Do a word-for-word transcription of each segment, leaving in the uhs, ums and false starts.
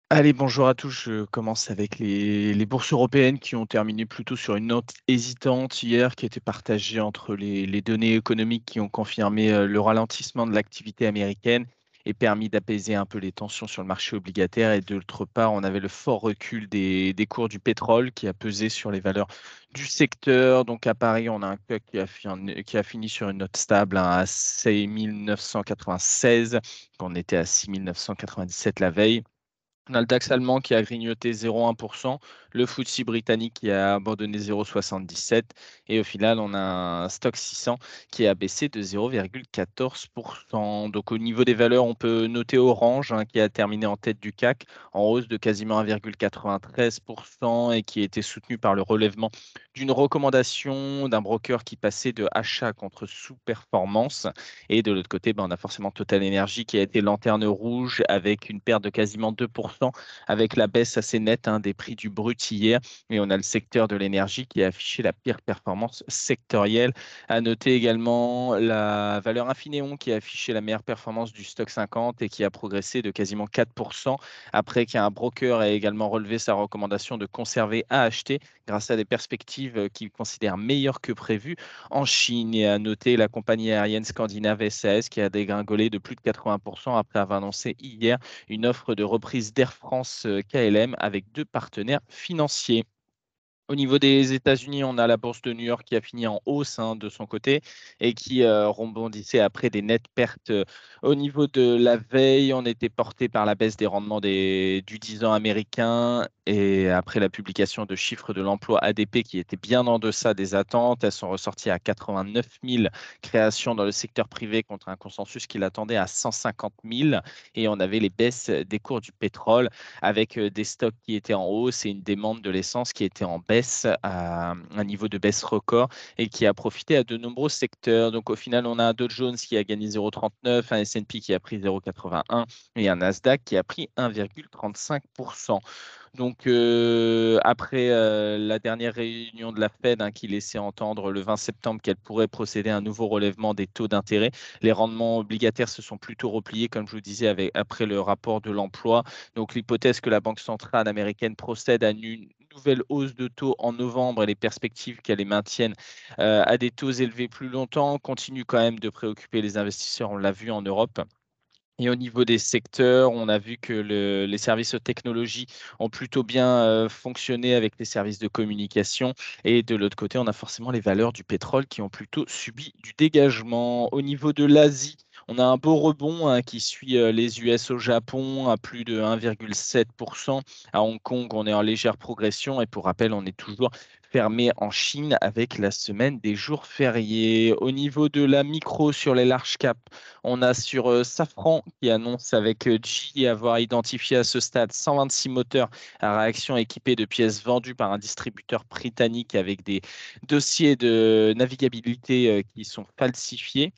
Allez, bonjour à tous. Je commence avec les, les bourses européennes qui ont terminé plutôt sur une note hésitante hier, qui était partagée entre les, les données économiques qui ont confirmé euh, le ralentissement de l'activité américaine et permis d'apaiser un peu les tensions sur le marché obligataire. Et d'autre part, on avait le fort recul des, des cours du pétrole qui a pesé sur les valeurs du secteur. Donc à Paris, on a un C A C qui a, fini, qui a fini sur une note stable hein, à six mille neuf cent quatre-vingt-seize, quand on était à six mille neuf cent quatre-vingt-dix-sept la veille. On a le DAX allemand qui a grignoté zéro virgule un pour cent, le F T S E britannique qui a abandonné zéro virgule soixante-dix-sept et au final, on a un stock six cents qui a baissé de zéro virgule quatorze pour cent. Donc au niveau des valeurs, on peut noter Orange hein, qui a terminé en tête du C A C en hausse de quasiment un virgule quatre-vingt-treize pour cent et qui a été soutenu par le relèvement d'une recommandation d'un broker qui passait de achat contre sous-performance. Et de l'autre côté, ben, on a forcément Total Energy qui a été lanterne rouge avec une perte de quasiment deux pour cent, avec la baisse assez nette hein, des prix du brut hier. Et on a le secteur de l'énergie qui a affiché la pire performance sectorielle. À noter également la valeur Infineon qui a affiché la meilleure performance du stock cinquante et qui a progressé de quasiment quatre pour cent après qu'un broker ait également relevé sa recommandation de conserver à acheter grâce à des perspectives qu'il considère meilleures que prévues en Chine. Et à noter la compagnie aérienne scandinave S A S qui a dégringolé de plus de quatre-vingts pour cent après avoir annoncé hier une offre de reprise d'Air France euh, K L M avec deux partenaires financiers. Au niveau des États-Unis, on a la bourse de New York qui a fini en hausse hein, de son côté et qui euh, rebondissait après des nettes pertes. euh, Au niveau de la veille, on était porté par la baisse des rendements des, du dix ans américain et après la publication de chiffres de l'emploi A D P qui étaient bien en deçà des attentes. Elles sont ressorties à quatre-vingt-neuf mille créations dans le secteur privé contre un consensus qui l'attendait à cent cinquante mille. Et on avait les baisses des cours du pétrole avec euh, des stocks qui étaient en hausse et une demande de l'essence qui était en baisse à un niveau de baisse record et qui a profité à de nombreux secteurs. Donc au final, on a un Dow Jones qui a gagné zéro virgule trente-neuf, un S and P qui a pris zéro virgule quatre-vingt-un et un Nasdaq qui a pris un virgule trente-cinq pour cent. Donc, euh, après euh, la dernière réunion de la Fed hein, qui laissait entendre le vingt septembre qu'elle pourrait procéder à un nouveau relèvement des taux d'intérêt, les rendements obligataires se sont plutôt repliés, comme je vous disais, avec, après le rapport de l'emploi. Donc, l'hypothèse que la Banque centrale américaine procède à une nouvelle hausse de taux en novembre et les perspectives qu'elle les maintienne euh, à des taux élevés plus longtemps continue quand même de préoccuper les investisseurs. On l'a vu en Europe. Et au niveau des secteurs, on a vu que le- les services de technologie ont plutôt bien euh, fonctionné avec les services de communication. Et de l'autre côté, on a forcément les valeurs du pétrole qui ont plutôt subi du dégagement. Au niveau de l'Asie, on a un beau rebond hein, qui suit euh, les U S au Japon à plus de un virgule sept pour cent. À Hong Kong, on est en légère progression. Et pour rappel, on est toujours fermé en Chine avec la semaine des jours fériés. Au niveau de la micro sur les large caps, on a sur euh, Safran qui annonce avec euh, G E avoir identifié à ce stade cent vingt-six moteurs à réaction équipés de pièces vendues par un distributeur britannique avec des dossiers de navigabilité euh, qui sont falsifiés.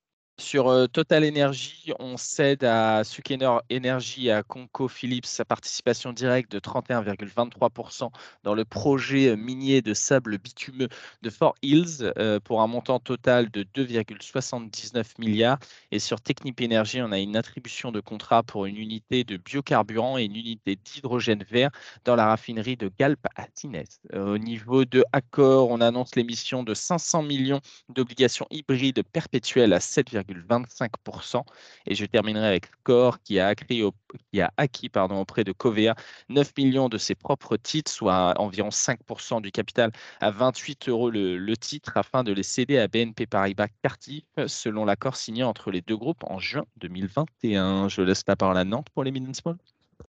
Sur euh, Total Energy, on cède à Sukener Energy et à ConocoPhillips sa participation directe de trente et un virgule vingt-trois pour cent dans le projet euh, minier de sable bitumeux de Fort Hills euh, pour un montant total de deux virgule soixante-dix-neuf milliards. Et sur Technip Energy, on a une attribution de contrat pour une unité de biocarburant et une unité d'hydrogène vert dans la raffinerie de Galp à Sines. Euh, au niveau de Accor, on annonce l'émission de cinq cents millions d'obligations hybrides perpétuelles à sept virgule vingt-cinq pour cent. Et je terminerai avec Score qui a acquis, au- qui a acquis pardon, auprès de Covea neuf millions de ses propres titres, soit environ cinq pour cent du capital à vingt-huit euros le, le titre, afin de les céder à B N P Paribas Cardiff, selon l'accord signé entre les deux groupes en juin deux mille vingt et un. Je laisse la parole à Nantes pour les mid and small.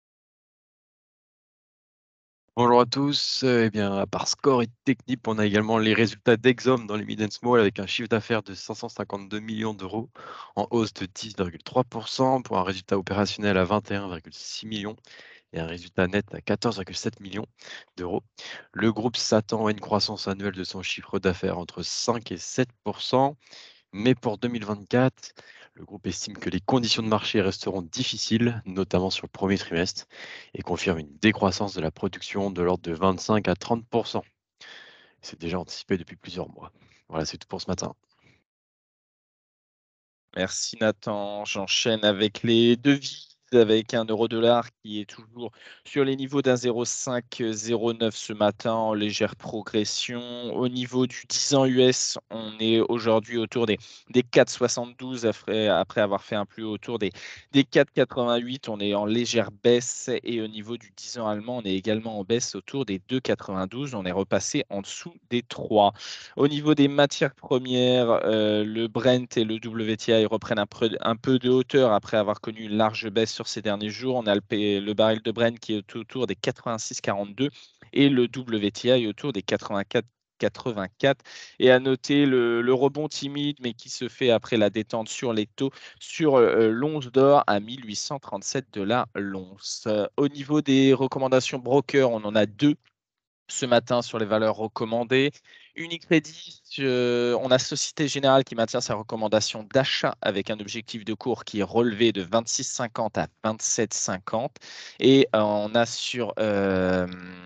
Bonjour à tous. Euh, Eh bien, à part Score et Technip, on a également les résultats d'Exom dans les mid and small avec un chiffre d'affaires de cinq cent cinquante-deux millions d'euros en hausse de dix virgule trois pour cent pour un résultat opérationnel à vingt et un virgule six millions et un résultat net à quatorze virgule sept millions d'euros. Le groupe s'attend à une croissance annuelle de son chiffre d'affaires entre cinq et sept pour cent. Mais pour deux mille vingt-quatre, le groupe estime que les conditions de marché resteront difficiles, notamment sur le premier trimestre, et confirme une décroissance de la production de l'ordre de vingt-cinq à trente. C'est déjà anticipé depuis plusieurs mois. Voilà, c'est tout pour ce matin. Merci Nathan. J'enchaîne avec les devises. avec un euro-dollar qui est toujours sur les niveaux d'un zéro virgule cinq zéro neuf ce matin en légère progression. Au niveau du dix ans U S, on est aujourd'hui autour des des quatre virgule soixante-douze après après avoir fait un plus haut autour des des quatre virgule quatre-vingt-huit. On est en légère baisse et au niveau du dix ans allemand, on est également en baisse autour des deux virgule quatre-vingt-douze. On est repassé en dessous des trois. Au niveau des matières premières, heu, le Brent et le W T I reprennent un preu un peu de hauteur après avoir connu une large baisse sur ces derniers jours. On a le P le baril de Brent qui est autour des quatre-vingt-six virgule quarante-deux et le W T I autour des quatre-vingt-quatre virgule quatre-vingt-quatre. Et à noter le le rebond timide, mais qui se fait après la détente sur les taux sur, heu, l'once d'or à mille huit cent trente-sept dollars l'once. Heu, au niveau des recommandations broker, on en a deux ce matin sur les valeurs recommandées. Unicredit, heu, on a Société Générale qui maintient sa recommandation d'achat avec un objectif de cours qui est relevé de vingt-six virgule cinquante à vingt-sept virgule cinquante et heu, on a sur, hem,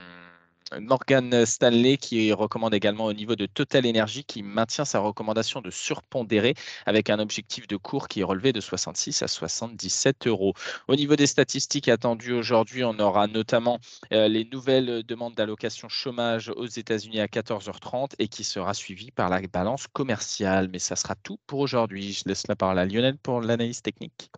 Morgan Stanley qui recommande également au niveau de Total Energy qui maintient sa recommandation de surpondérer avec un objectif de cours qui est relevé de soixante-six à soixante-dix-sept euros. Au niveau des statistiques attendues aujourd'hui, on aura notamment euh, les nouvelles demandes d'allocation chômage aux États-Unis à quatorze heures trente et qui sera suivie par la balance commerciale. Mais ça sera tout pour aujourd'hui. Je laisse la parole à Lionel pour l'analyse technique.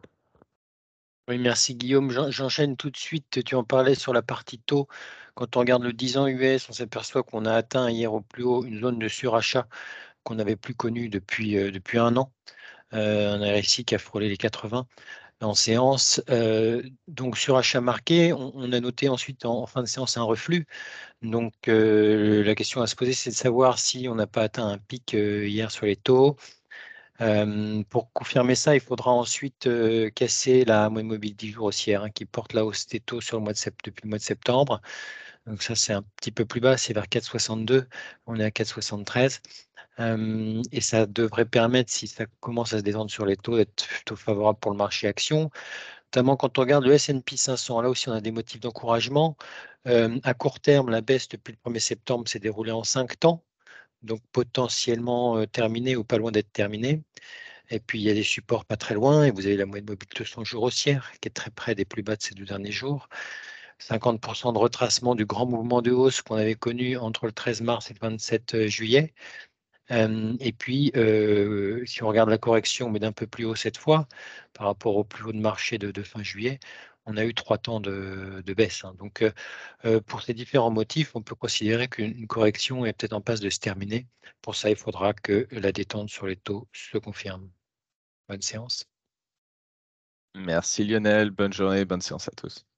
Oui, merci Guillaume. J'en j'enchaîne tout de suite. Tu en parlais sur la partie taux. Quand on regarde le dix ans U S, on s'aperçoit qu'on a atteint hier au plus haut une zone de surachat qu'on n'avait plus connue depuis, euh, depuis un an. Euh, un R S I qui a frôlé les quatre-vingts en séance. Euh, donc surachat marqué, on, on a noté ensuite en, en fin de séance un reflux. Donc euh, la question à se poser, c'est de savoir si on n'a pas atteint un pic euh, hier sur les taux. Euh, pour confirmer ça, il faudra ensuite euh, casser la moyenne mobile dix jours haussière hein, qui porte la hausse des taux sur le mois de sept- depuis le mois de septembre. Donc ça, c'est un petit peu plus bas, c'est vers quatre virgule soixante-deux. On est à quatre virgule soixante-treize. Euh, et ça devrait permettre, si ça commence à se détendre sur les taux, d'être plutôt favorable pour le marché action. Notamment quand on regarde le S and P cinq cents, là aussi on a des motifs d'encouragement. Euh, à court terme, la baisse depuis le premier septembre s'est déroulée en cinq temps, donc potentiellement euh, terminée ou pas loin d'être terminée. Et puis, il y a des supports pas très loin, et vous avez la moyenne mobile de cent jours haussière, qui est très près des plus bas de ces deux derniers jours. cinquante pour cent de retracement du grand mouvement de hausse qu'on avait connu entre le treize mars et le vingt-sept juillet. Euh, et puis, euh, si on regarde la correction, mais d'un peu plus haut cette fois, par rapport au plus haut de marché de, de fin juillet, on a eu trois temps de, de baisse. hein. Donc, euh, euh, pour ces différents motifs, on peut considérer qu'une correction est peut-être en passe de se terminer. Pour ça, il faudra que la détente sur les taux se confirme. Bonne séance. Merci Lionel, bonne journée, bonne séance à tous.